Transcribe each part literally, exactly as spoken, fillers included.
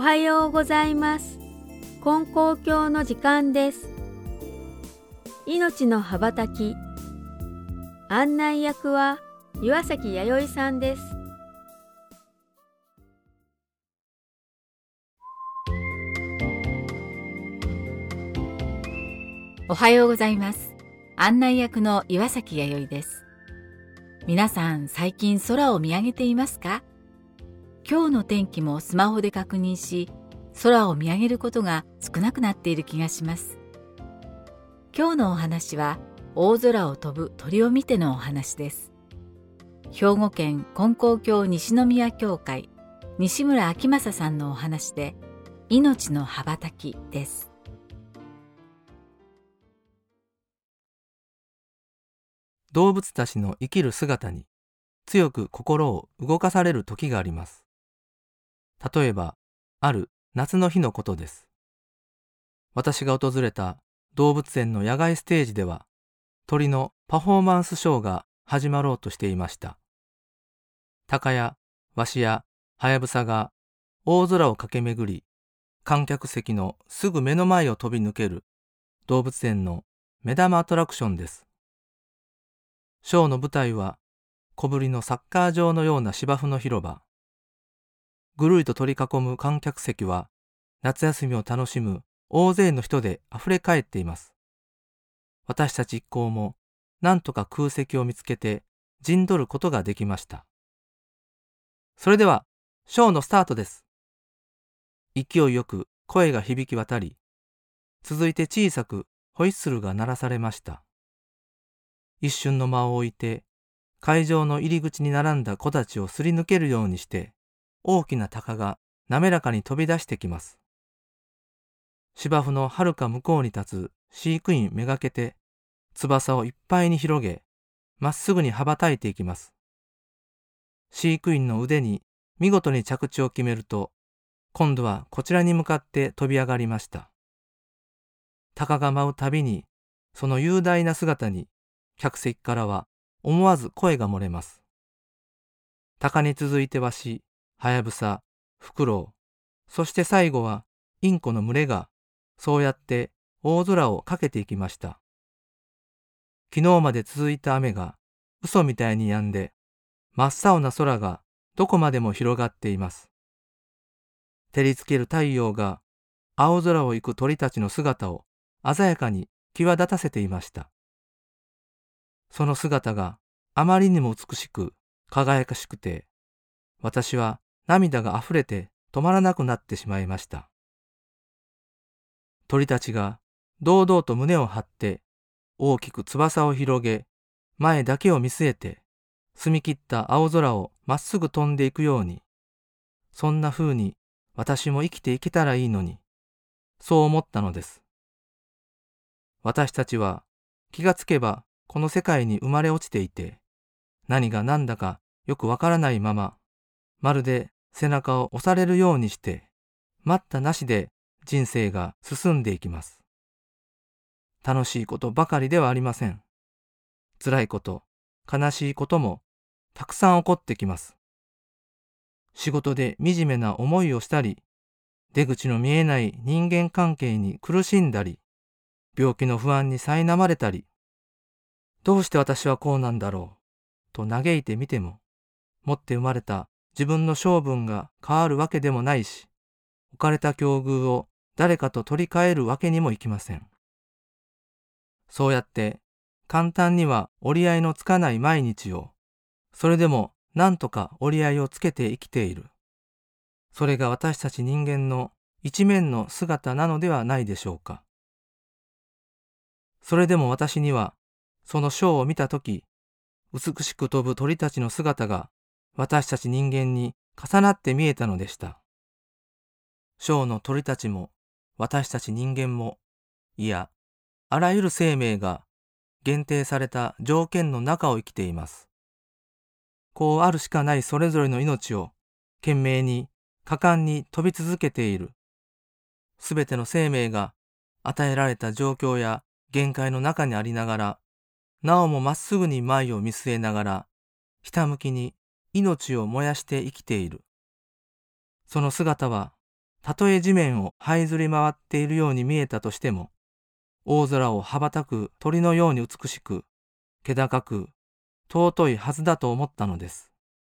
はようございます。金光教の時間です。命の羽ばたき。案内役は岩崎弥生さんです。 おはようございます。案内役の岩崎弥生です。皆さん、最近空を見上げていますか？今日の天気もスマホで確認し、空を見上げることが少なくなっている気がします。今日のお話は、大空を飛ぶ鳥を見てのお話です。兵庫県金光教西宮教会、西村明正さんのお話で、命の羽ばたきです。 動物たちの生きる姿に強く心を動かされる時があります。例えば、ある夏の日のことです。私が訪れた動物園の野外ステージでは、鳥のパフォーマンスショーが始まろうとしていました。鷹やワシやハヤブサが大空を駆け巡り、観客席のすぐ目の前を飛び抜ける動物園の目玉アトラクションです。ショーの舞台は小ぶりのサッカー場のような芝生の広場。ぐるりと取り囲む観客席は夏休みを楽しむ大勢の人であふれ返っています。私たち一行も何とか空席を見つけて陣取ることができました。それではショーのスタートです。勢いよく声が響き渡り、続いて小さくホイッスルが鳴らされました。一瞬の間を置いて、会場の入り口に並んだ子たちをすり抜けるようにして、大きな鷹が滑らかに飛び出してきます。芝生のはるか向こうに立つ飼育員めがけて、翼をいっぱいに広げ、まっすぐに羽ばたいていきます。飼育員の腕に見事に着地を決めると、今度はこちらに向かって飛び上がりました。鷹が舞うたびに、その雄大な姿に、客席からは思わず声が漏れます。鷹に続いてワシ、ハヤブサ、フクロウ、そして最後はインコの群れが、そうやって大空をかけていきました。昨日まで続いた雨が嘘みたいに止んで、真っ青な空がどこまでも広がっています。照りつける太陽が青空を行く鳥たちの姿を鮮やかに際立たせていました。その姿があまりにも美しく輝かしくて、私は涙があふれて止まらなくなってしまいました。鳥たちが堂々と胸を張って大きく翼を広げ、前だけを見据えて澄み切った青空をまっすぐ飛んでいくように、そんな風に私も生きていけたらいいのに、そう思ったのです。私たちは気がつけばこの世界に生まれ落ちていて、何が何だかよくわからないまま、まるで背中を押されるようにして、待ったなしで人生が進んでいきます。楽しいことばかりではありません。辛いこと、悲しいこともたくさん起こってきます。仕事で惨めな思いをしたり、出口の見えない人間関係に苦しんだり、病気の不安に苛まれたり、どうして私はこうなんだろうと嘆いてみても、持って生まれた自分の性分が変わるわけでもないし、置かれた境遇を誰かと取り替えるわけにもいきません。そうやって簡単には折り合いのつかない毎日を、それでも何とか折り合いをつけて生きている。それが私たち人間の一面の姿なのではないでしょうか。それでも私には、そのショーを見たとき、美しく飛ぶ鳥たちの姿が私たち人間に重なって見えたのでした。ショーの鳥たちも私たち人間も、いや、あらゆる生命が限定された条件の中を生きています。こうあるしかないそれぞれの命を懸命に果敢に飛び続けている。すべての生命が与えられた状況や限界の中にありながら、なおもまっすぐに前を見据えながら、ひたむきに命を燃やして生きている。その姿はたとえ地面を這いずり回っているように見えたとしても、大空を羽ばたく鳥のように美しく、気高く、尊いはずだと思ったのです。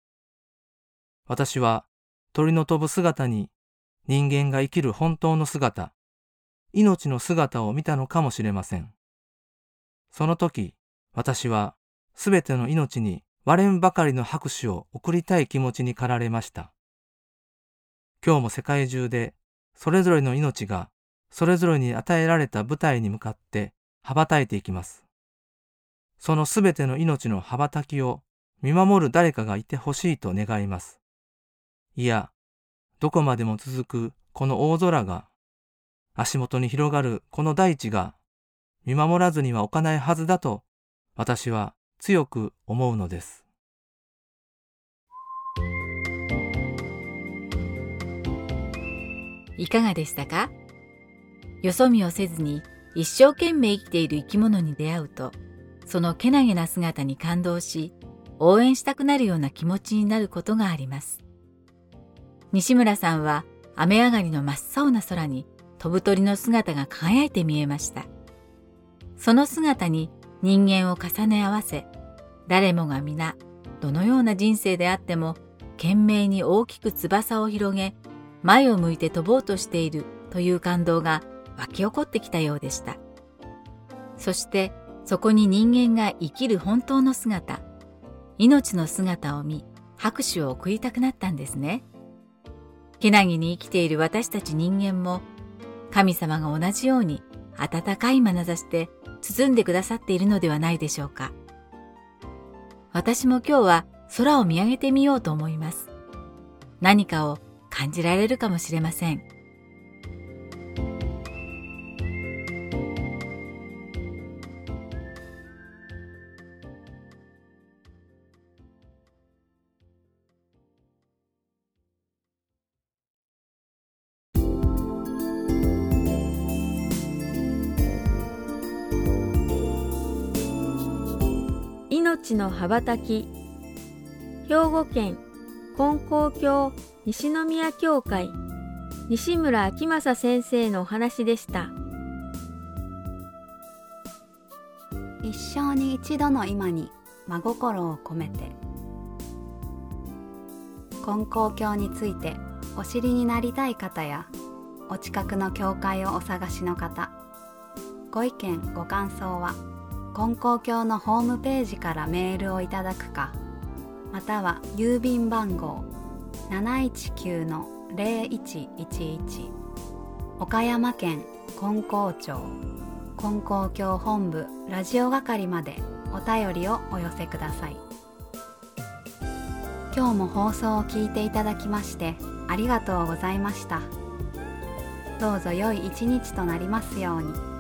私は鳥の飛ぶ姿に人間が生きる本当の姿、命の姿を見たのかもしれません。その時、私はすべての命に割れんばかりの拍手を送りたい気持ちに駆られました。今日も世界中でそれぞれの命がそれぞれに与えられた舞台に向かって羽ばたいていきます。そのすべての命の羽ばたきを見守る誰かがいてほしいと願います。いや、どこまでも続くこの大空が、足元に広がるこの大地が見守らずにはおかないはずだと私は強く思うのです。 いかがでしたか？よそ見をせずに一生懸命生きている生き物に出会うと、そのけなげな姿に感動し、応援したくなるような気持ちになることがあります。西村さんは雨上がりの真っ青な空に飛ぶ鳥の姿が輝いて見えました。その姿に人間を重ね合わせ、誰もが皆どのような人生であっても懸命に大きく翼を広げ、前を向いて飛ぼうとしているという感動が湧き起こってきたようでした。そしてそこに人間が生きる本当の姿、命の姿を見、拍手を送りたくなったんですね。けなげに生きている私たち人間も、神様が同じように温かい眼差しで包んでくださっているのではないでしょうか。私も今日は空を見上げてみようと思います。何かを感じられるかもしれません。 命の羽ばたき。兵庫県金光教西宮教会西村明正先生のお話でした。 一生に一度の今に真心を込めて。金光教についてお知りになりたい方やお近くの教会をお探しの方、ご意見ご感想は金光教のホームページからメールをいただくか、または郵便番号 ななひゃくじゅうきゅう のゼロいちいちいち 岡山県金光町金光教本部ラジオ係までお便りをお寄せください。今日も放送を聞いていただきましてありがとうございました。どうぞ良い一日となりますように。